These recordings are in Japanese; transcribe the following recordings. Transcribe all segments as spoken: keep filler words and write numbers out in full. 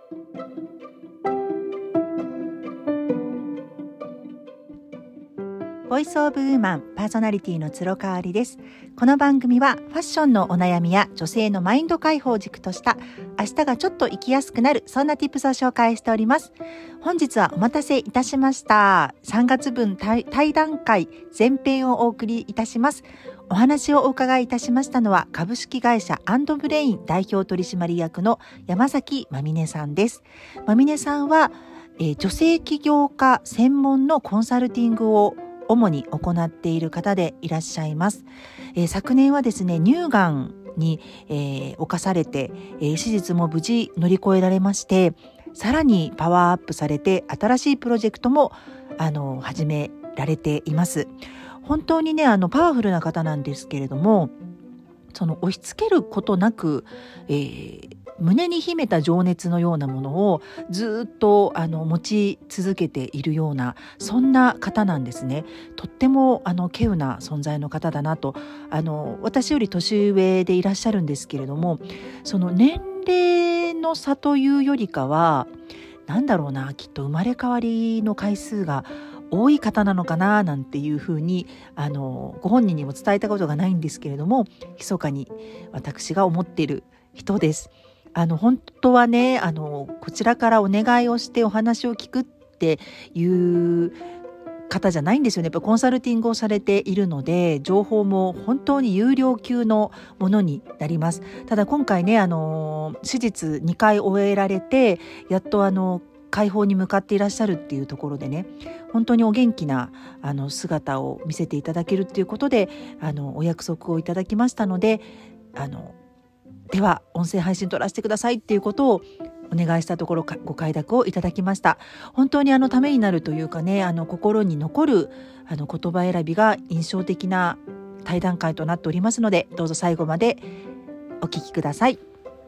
ボイスオブウーマンパーソナリティの鶴香織です。この番組はファッションのお悩みや女性のマインド解放を軸とした明日がちょっと生きやすくなる、そんな tips を紹介しております。本日はお待たせいたしました。さんがつぶん対談会前編をお送りいたします。お話をお伺いいたしましたのは株式会社アンドブレイン代表取締役の山崎まみねさんです。まみねさんは、えー、女性起業家専門のコンサルティングを主に行っている方でいらっしゃいます。えー、昨年はですね、乳がんに、えー、侵されて、えー、手術も無事乗り越えられまして、さらにパワーアップされて新しいプロジェクトもあの始められています。本当にね、あのパワフルな方なんですけれども、その押し付けることなく、えー、胸に秘めた情熱のようなものをずっとあの持ち続けているような、そんな方なんですね。とってもあの稀有な存在の方だなと、あの私より年上でいらっしゃるんですけれども、その年齢の差というよりかは、なんだろうな、きっと生まれ変わりの回数が多い方なのかななんていうふうにあのご本人にも伝えたことがないんですけれども、密かに私が思っている人です。あの本当はね、あのこちらからお願いをしてお話を聞くっていう方じゃないんですよね。やっぱコンサルティングをされているので、情報も本当に有料級のものになります。ただ今回ね、あの手術にかい終えられて、やっとあの解放に向かっていらっしゃるっていうところでね、本当にお元気なあの姿を見せていただけるっていうことで、あのお約束をいただきましたので、あのでは音声配信取らせてくださいっていうことをお願いしたところ、ご快諾をいただきました。本当にあのためになるというかね、あの心に残るあの言葉選びが印象的な対談会となっておりますので、どうぞ最後までお聞きください。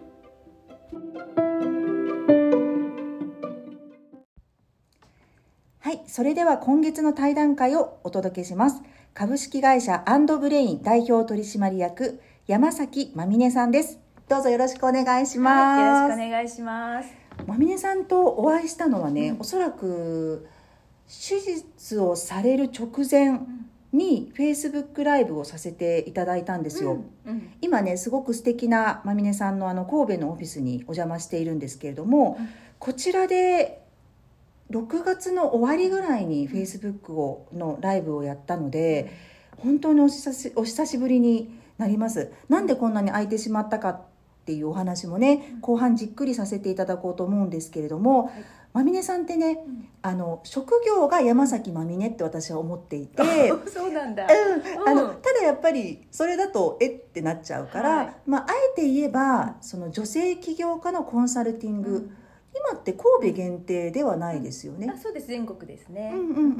はい、それでは今月の対談会をお届けします。株式会社アンドブレイン代表取締役山崎まみねさんです。どうぞよろしくお願いします。 はい、よろしくお願いします。 まみねさんとお会いしたのはね、うん、おそらく手術をされる直前に Facebook ライブをさせていただいたんですよ。うんうん、今ね、すごく素敵なまみねさんのあの神戸のオフィスにお邪魔しているんですけれども、うん、こちらでろくがつの終わりぐらいに Facebook をのライブをやったので、本当にお久し、お久しぶりになります。なんでこんなに空いてしまったかっていうお話もね、後半じっくりさせていただこうと思うんですけれども、はい、まみねさんってね、あの職業が山崎まみねって私は思っていてそうなんだ、 うん、あのただやっぱりそれだとえってなっちゃうから、はい、まあ、あえて言えばその女性起業家のコンサルティング、うん、今って神戸限定ではないですよね。 うん、あ、そうです、全国ですね。 うんうんうんうん。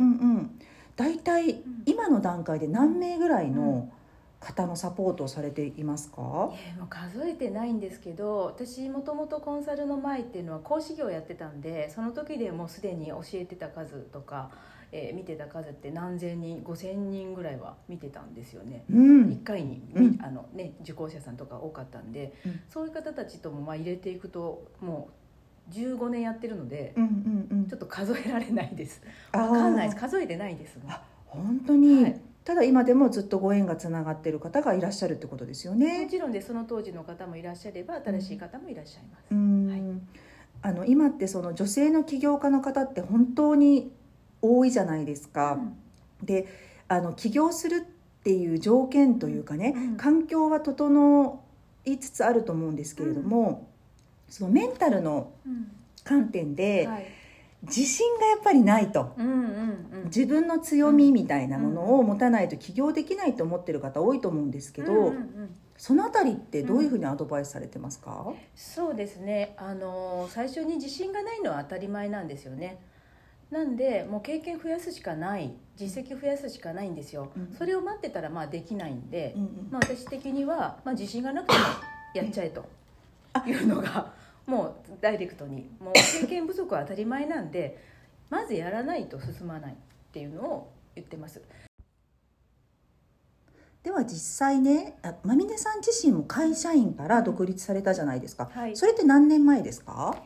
だいたい今の段階で何名ぐらいの方のサポートをされていますか？ いや、もう数えてないんですけど、私もともとコンサルの前っていうのは講師業をやってたんで、その時でもうすでに教えてた数とか、えー、見てた数って何千人、ごせんにんぐらいは見てたんですよね。うん、いっかいに、うん、あのね、受講者さんとか多かったんで、うん、そういう方たちともまあ入れていくともうじゅうごねんやってるので、うんうんうん、ちょっと数えられないです。分かんないです、数えてないですもん。 あ、本当に、はい、ただ今でもずっとご縁がつながっている方がいらっしゃるってことですよね。 もちろんで、その当時の方もいらっしゃれば新しい方もいらっしゃいます。 うん、はい、あの今ってその女性の起業家の方って本当に多いじゃないですか。うん、で、あの起業するっていう条件というかね、うん、環境は整いつつあると思うんですけれども、うん、そのメンタルの観点で、うん、はい、自信がやっぱりないと、うんうんうん、自分の強みみたいなものを持たないと起業できないと思ってる方多いと思うんですけど、うんうんうん、そのあたりってどういうふうにアドバイスされてますか？うん、 そうですね、あの最初に自信がないのは当たり前なんですよね。なんでもう経験増やすしかない、実績増やすしかないんですよ。うん、それを待ってたらまあできないんで、うんうん、まあ、私的には、まあ、自信がなくてもやっちゃえというのがもうダイレクトに、もう経験不足は当たり前なんでまずやらないと進まないっていうのを言ってます。 では実際ね、まみねさん自身も会社員から独立されたじゃないですか。はい、それって何年前ですか？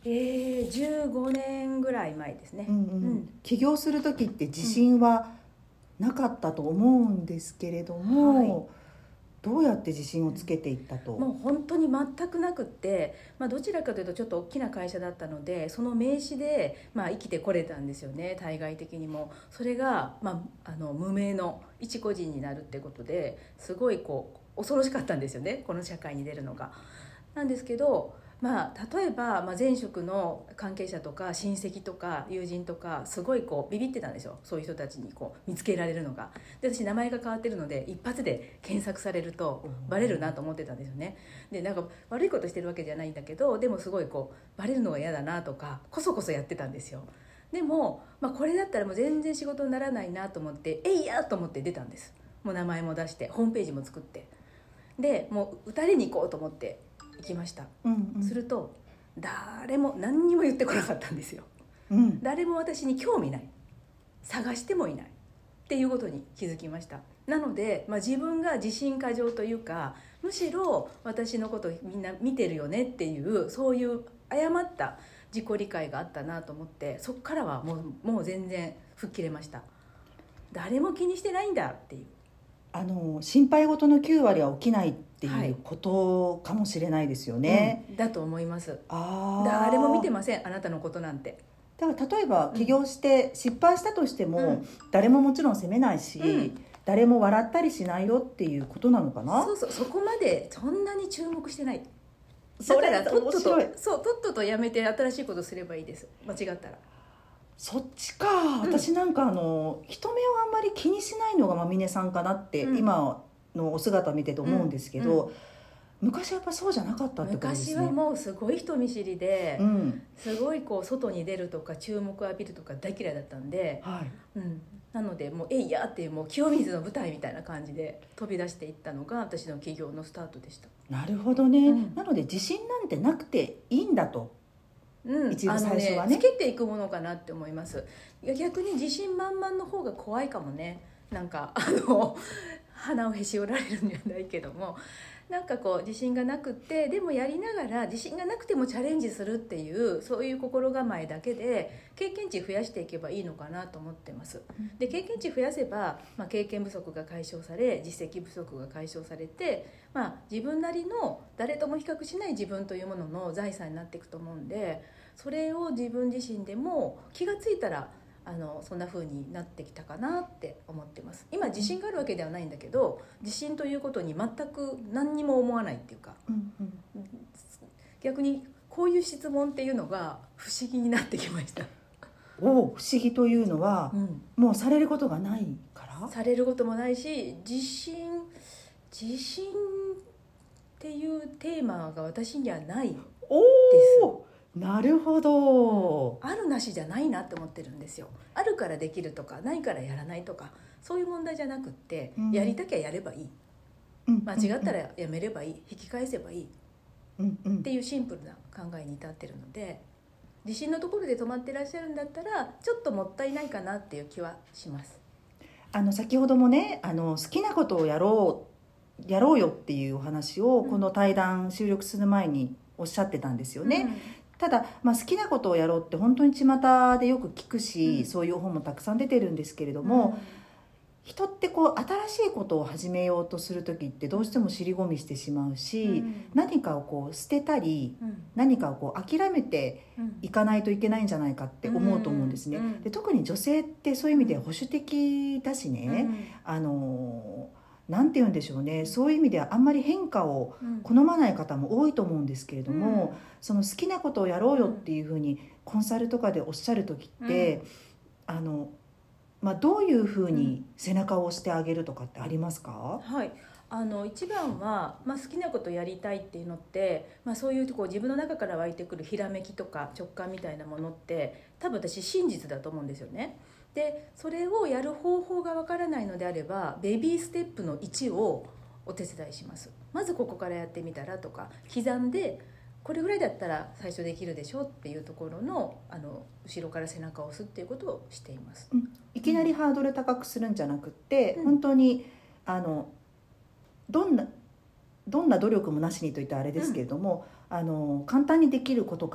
えー、じゅうごねんぐらい前ですね、 うんうんうん、起業する時って自信はなかったと思うんですけれども、うんはい、どうやって自信をつけていったと？ もう本当に全くなくって、まあ、どちらかというとちょっと大きな会社だったのでその名刺で、まあ、生きてこれたんですよね。対外的にもそれが、まあ、あの無名の一個人になるってことですごいこう恐ろしかったんですよね、この社会に出るのが。なんですけど、まあ、例えば、まあ、前職の関係者とか親戚とか友人とかすごいこうビビってたんですよ、そういう人たちにこう見つけられるのが。で私名前が変わってるので一発で検索されるとバレるなと思ってたんですよね。でなんか悪いことしてるわけじゃないんだけどでもすごいこうバレるのが嫌だなとかこそこそやってたんですよ。でも、まあ、これだったらもう全然仕事にならないなと思ってえいやと思って出たんです。もう名前も出してホームページも作ってでもう打たれに行こうと思って行きました、うんうん、すると誰も何にも言ってこなかったんですよ、うん、誰も私に興味ない、探してもいないっていうことに気づきました。なので、まあ、自分が自信過剰というかむしろ私のことみんな見てるよねっていうそういう誤った自己理解があったなと思ってそこからはもう、もう全然吹っ切れました。誰も気にしてないんだっていう、 あの心配事のきゅうわりは起きないっていうことかもしれないですよね、 うん、だと思います。 あ誰も見てませんあなたのことなんて。 だから例えば起業して失敗したとしても、うん、誰ももちろん責めないし、うん、誰も笑ったりしないよっていうことなのかな。 そうそう、そこまでそんなに注目してない。だからとっととそうとっととやめて新しいことすればいいです、間違ったら。 そっちか、うん、私なんかあの人目をあんまり気にしないのがまみねさんかなって、うん、今のお姿見てて思うんですけど、うんうん、昔はやっぱそうじゃなかったってことですね。 昔はもうすごい人見知りで、うん、すごいこう外に出るとか注目を浴びるとか大嫌いだったんで、はいうん、なのでもうえいやっていうもう清水の舞台みたいな感じで飛び出していったのが私の起業のスタートでした。 なるほどね、うん、なので自信なんてなくていいんだと、 うん、一番最初はね、つけていくものかなって思います。いや逆に自信満々の方が怖いかもね。なんかあの鼻をへし折られるんじゃないけども、なんかこう自信がなくってでもやりながら自信がなくてもチャレンジするっていうそういう心構えだけで経験値増やしていけばいいのかなと思ってます。で経験値増やせば、まあ、経験不足が解消され実績不足が解消されて、まあ、自分なりの誰とも比較しない自分というものの財産になっていくと思うんで、それを自分自身でも気がついたらあのそんな風になってきたかなって思ってます。今自信があるわけではないんだけど自信ということに全く何にも思わないっていうか、うんうん、逆にこういう質問っていうのが不思議になってきました。 お不思議というのは、うん、もうされることがないからされることもないし自信自信っていうテーマが私にはないです。 おなるほど、 あるなしじゃないなって思ってるんですよ。あるからできるとかないからやらないとかそういう問題じゃなくって、うん、やりたきゃやればいい、うん、間違ったらやめればいい、引き返せばいい、うんうん、っていうシンプルな考えに至ってるので、自信のところで止まってらっしゃるんだったらちょっともったいないかなっていう気はします。 あの先ほどもねあの好きなことをやろうやろうよっていうお話をこの対談収録する前におっしゃってたんですよね、うんただ、まあ、好きなことをやろうって本当に巷でよく聞くし、うん、そういう本もたくさん出てるんですけれども、うん、人ってこう新しいことを始めようとする時ってどうしても尻込みしてしまうし、うん、何かをこう捨てたり、うん、何かをこう諦めていかないといけないんじゃないかって思うと思うんですね、で特に女性ってそういう意味で保守的だしね、あのなんて言うんでしょうね、そういう意味ではあんまり変化を好まない方も多いと思うんですけれども、うん、その好きなことをやろうよっていうふうにコンサルとかでおっしゃる時って、うん、あのまあ、どういうふうに背中を押してあげるとかってありますか？ はい、あの一番は、まあ、好きなことやりたいっていうのって、まあ、そういうこう自分の中から湧いてくるひらめきとか直感みたいなものって多分私真実だと思うんですよね。でそれをやる方法がわからないのであればベビーステップのいちをお手伝いします。まずここからやってみたらとか刻んでこれぐらいだったら最初できるでしょっていうところ の, あの後ろから背中を押すっていうことをしています、 うん、いきなりハードル高くするんじゃなくて、うん、本当にあのどんなどんな努力もなしにといったらあれですけれども、うん、あの簡単にできることから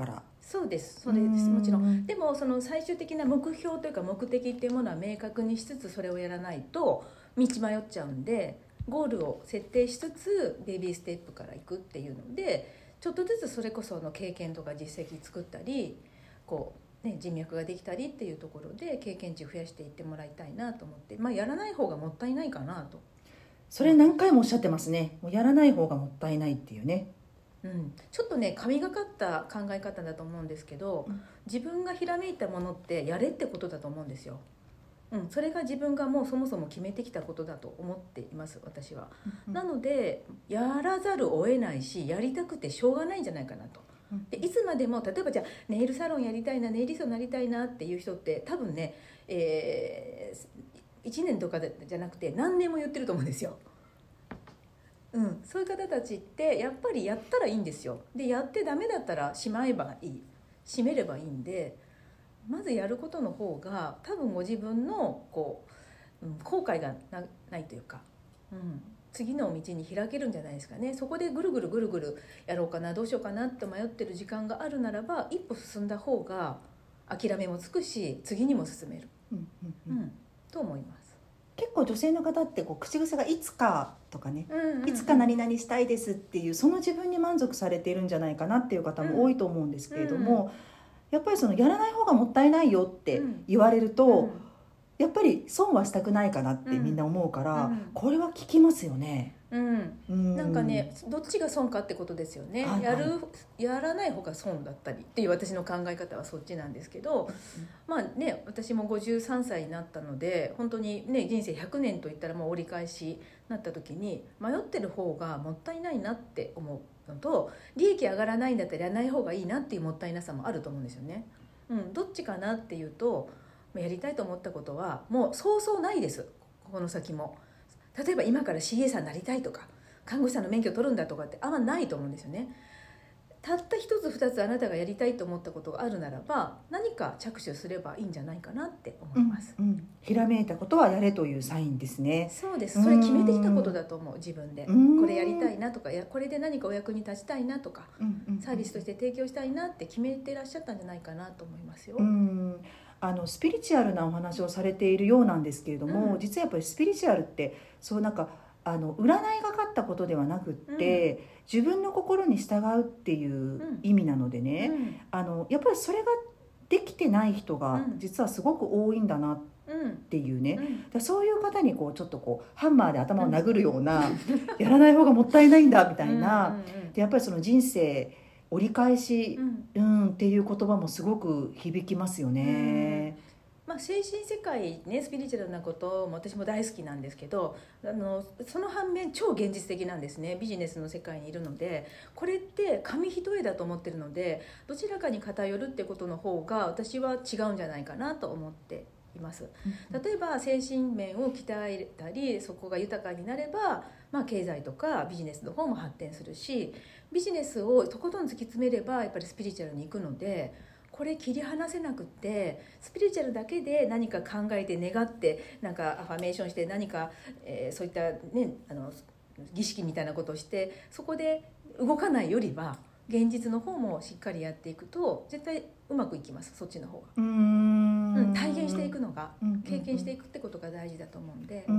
そうですそれですもちろん。でもその最終的な目標というか目的っていうものは明確にしつつそれをやらないと道迷っちゃうんで、ゴールを設定しつつベビーステップからいくっていうので、ちょっとずつそれこその経験とか実績作ったりこう、ね、人脈ができたりっていうところで経験値増やしていってもらいたいなと思って、まあ、やらない方がもったいないかなと。 それ何回もおっしゃってますね。もうやらない方がもったいないっていうね。 うん、ちょっとね神がかった考え方だと思うんですけど、うん、自分がひらめいたものってやれってことだと思うんですよ。うん、それが自分がもうそもそも決めてきたことだと思っています私は、うん、なのでやらざるを得ないしやりたくてしょうがないんじゃないかなと。でいつまでも例えばじゃあネイルサロンやりたいなネイリストになりたいなっていう人って多分ね、えー、いちねんとかじゃなくて何年も言ってると思うんですよ。うん、そういう方たちってやっぱりやったらいいんですよ。でやってダメだったらしまえばいい閉めればいいんで、まずやることの方が多分ご自分のこう、うん、後悔が な, ないというか、うん、次の道に開けるんじゃないですかね。そこでぐるぐるぐるぐるやろうかなどうしようかなって迷ってる時間があるならば一歩進んだ方が諦めもつくし次にも進める、うんうんうん、と思います。 結構女性の方ってこう口癖がいつかとかね、うんうんうん、いつか何々したいですっていうその自分に満足されているんじゃないかなっていう方も多いと思うんですけれども、うんうん、やっぱりそのやらない方がもったいないよって言われると、うんうん、やっぱり損はしたくないかなってみんな思うから、うんうん、これは聞きますよね。 うん、うん、なんかねどっちが損かってことですよね、はいはい、やるやらない方が損だったりっていう私の考え方はそっちなんですけど、うん、まあね私もごじゅうさんさいになったので本当にね人生ひゃくねんといったらもう折り返しになった時に迷ってる方がもったいないなって思うのと、利益上がらないんだったらやらない方がいいなっていうもったいなさもあると思うんですよね、うん、どっちかなっていうとやりたいと思ったことはもうそうそうないです。ここの先も例えば今から シーエー さんになりたいとか看護師さんの免許を取るんだとかってあんまないと思うんですよね。たった一つ二つあなたがやりたいと思ったことがあるならば何か着手すればいいんじゃないかなって思います、 うんうん、ひらめいたことはやれというサインですね。 そうです。それ決めてきたことだと思う。自分でこれやりたいなとかやこれで何かお役に立ちたいなとか、うんうんうん、サービスとして提供したいなって決めてらっしゃったんじゃないかなと思いますよ。 うんあのスピリチュアルなお話をされているようなんですけれども、うん、実はやっぱりスピリチュアルってそうなんかあの占いがかったことではなくって、うん、自分の心に従うっていう意味なのでね、うん、あのやっぱりそれができてない人が実はすごく多いんだなっていうね、うん、だそういう方にこうちょっとこうハンマーで頭を殴るような、うん、やらない方がもったいないんだみたいな、うんうんうん、でやっぱりその人生折り返し、うん、うん、っていう言葉もすごく響きますよね、 うんまあ、精神世界ねスピリチュアルなことも私も大好きなんですけどあのその反面超現実的なんですね。ビジネスの世界にいるのでこれって紙一重だと思ってるのでどちらかに偏るってことの方が私は違うんじゃないかなと思っています。例えば精神面を鍛えたりそこが豊かになれば、まあ、経済とかビジネスの方も発展するしビジネスをとことん突き詰めればやっぱりスピリチュアルに行くのでこれ切り離せなくってスピリチュアルだけで何か考えて願ってなんかアファメーションして何か、えー、そういった、ね、あの儀式みたいなことをしてそこで動かないよりは現実の方もしっかりやっていくと絶対うまくいきます。そっちの方がうーん、うん、体現していくのが、うんうんうん、経験していくってことが大事だと思うんで、うん、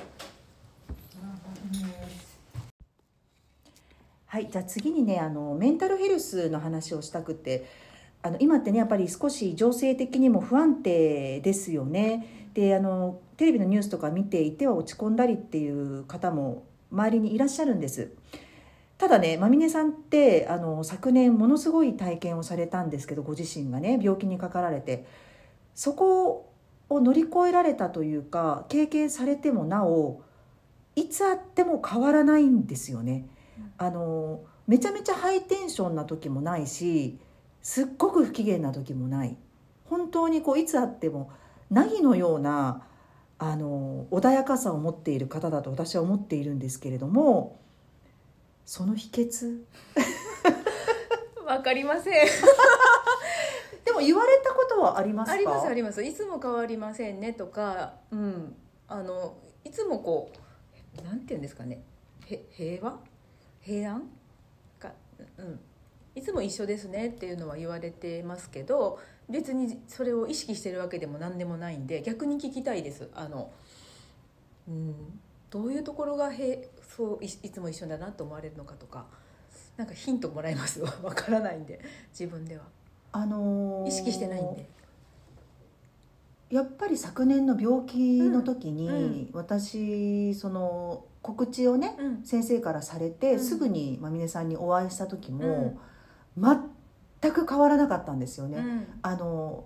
はい、じゃあ次にねあのメンタルヘルスの話をしたくてあの今ってねやっぱり少し情勢的にも不安定ですよね。であのテレビのニュースとか見ていては落ち込んだりっていう方も周りにいらっしゃるんです。ただね、まみねさんってあの昨年ものすごい体験をされたんですけどご自身がね病気にかかられてそこを乗り越えられたというか経験されてもなおいつあっても変わらないんですよね。あのめちゃめちゃハイテンションな時もないしすっごく不機嫌な時もない本当にこういつあっても凪のようなあの穏やかさを持っている方だと私は思っているんですけれどもその秘訣わかりませんでも言われたことはありますか？ ありますあります。いつも変わりませんねとか、うん、あのいつもこうなんていうんですかねへ平和平安か、うん、 いつも一緒ですねっていうのは言われてますけど、別にそれを意識してるわけでも何でもないんで、逆に聞きたいです。あの、うん、どういうところがへそう い, いつも一緒だなと思われるのかとか、なんかヒントもらえますわからないんで、自分では、 あのー、 意識してないんで。 やっぱり昨年の病気の時に、 うんうん、 私その告知をね、うん、先生からされて、うん、すぐにまみねさんにお会いした時も、うん、全く変わらなかったんですよね、うん、あの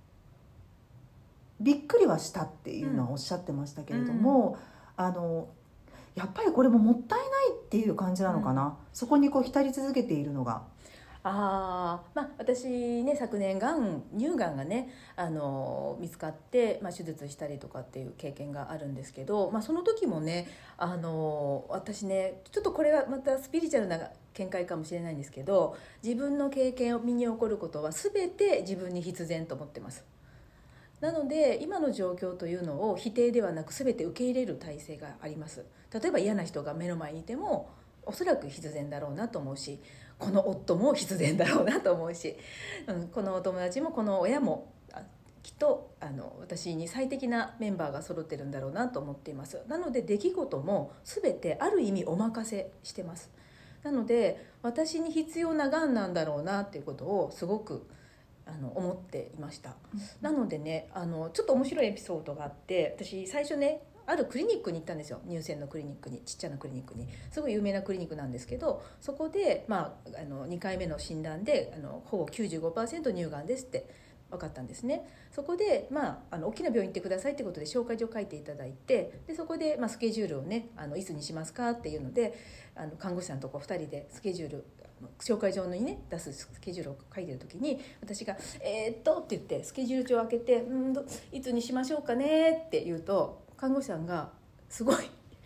びっくりはしたっていうのはおっしゃってましたけれども、うん、あのやっぱりこれももったいないっていう感じなのかな、うん、そこにこう浸り続けているのが。 あまあ、私ね、昨年がん乳がんがねあの見つかって、まあ、手術したりとかっていう経験があるんですけど、まあ、その時もねあの私ねちょっとこれはまたスピリチュアルな見解かもしれないんですけど、自分の経験を身に起こることは全て自分に必然と思ってます。なので今の状況というのを否定ではなく全て受け入れる体制があります。例えば嫌な人が目の前にいてもおそらく必然だろうなと思うし、この夫も必然だろうなと思うし、うん、このお友達もこの親もきっとあの私に最適なメンバーが揃ってるんだろうなと思っています。なので出来事も全てある意味お任せしてます。なので私に必要ながんなんだろうなっていうことをすごくあの思っていました。なのでねあのちょっと面白いエピソードがあって、私最初ねあるクリニックに行ったんですよ。乳腺のクリニックに、ちっちゃなクリニックに、すごい有名なクリニックなんですけど、そこで、まあ、あのにかいめの診断であのほぼ きゅうじゅうごパーセント 乳がんですって分かったんですね。そこで、まあ、あの大きな病院行ってくださいってことで紹介状書いていただいて、でそこで、まあ、スケジュールをねあのいつにしますかっていうので、あの看護師さんとこふたりでスケジュール紹介状にね出すスケジュールを書いてる時に、私が「えー、っと」って言ってスケジュール帳を開けて「うんいつにしましょうかね」って言うと、看護師さんがすごい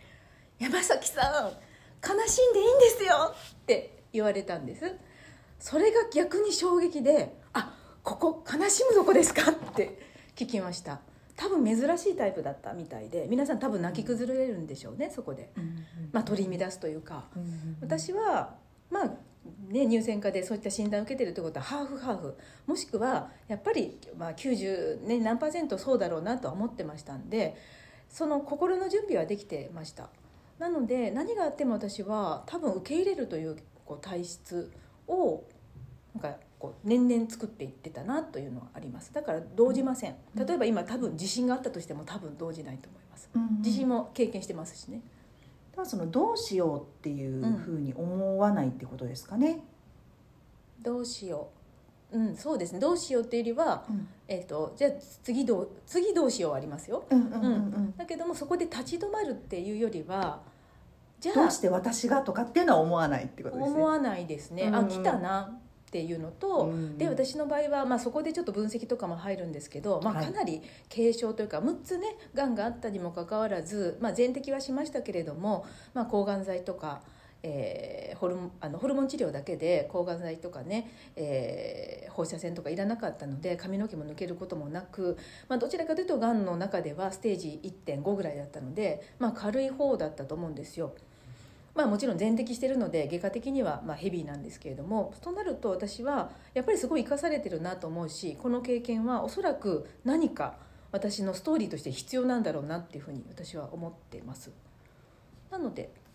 「山崎さん悲しんでいいんですよ」って言われたんです。それが逆に衝撃で「あ、ここ悲しむとこですか?」って聞きました。多分珍しいタイプだったみたいで、皆さん多分泣き崩れるんでしょうね、そこで、まあ、取り乱すというか。私はまあね、乳腺科でそういった診断を受けてるってことはハーフハーフ、もしくはやっぱりまあきゅうじゅう、ね、何パーセントそうだろうなとは思ってましたんで、その心の準備はできてました。なので何があっても私は多分受け入れるというこう体質をなんかこう年々作っていってたなというのはあります。だから動じません。例えば今多分地震があったとしても多分動じないと思います。地震も経験してますしね。 そのどうしようっていうふうに思わないってことですかね。 うん、どうしよう、うん、そうですね。どうしようっていうよりは、うん、えーと、じゃあ次どう次どうしようありますよ。だけどもそこで立ち止まるっていうよりは、 じゃあどうして私がとかっていうのは思わないってことですね。 思わないですね。あ、来たなっていうのと、うん、で私の場合は、まあ、そこでちょっと分析とかも入るんですけど、まあ、かなり軽症というか、はい、むっつねがんがあったにもかかわらず、まあ、全摘はしましたけれども、まあ、抗がん剤とか、えー、ホルモン、あのホルモン治療だけで抗がん剤とかね、えー、放射線とかいらなかったので、髪の毛も抜けることもなく、まあ、どちらかというとがんの中ではステージ いってんご ぐらいだったので、まあ、軽い方だったと思うんですよ。まあ、もちろん全摘してるので外科的にはまあヘビーなんですけれども、となると私はやっぱりすごい生かされてるなと思うし、この経験はおそらく何か私のストーリーとして必要なんだろうなっていうふうに私は思っています。なので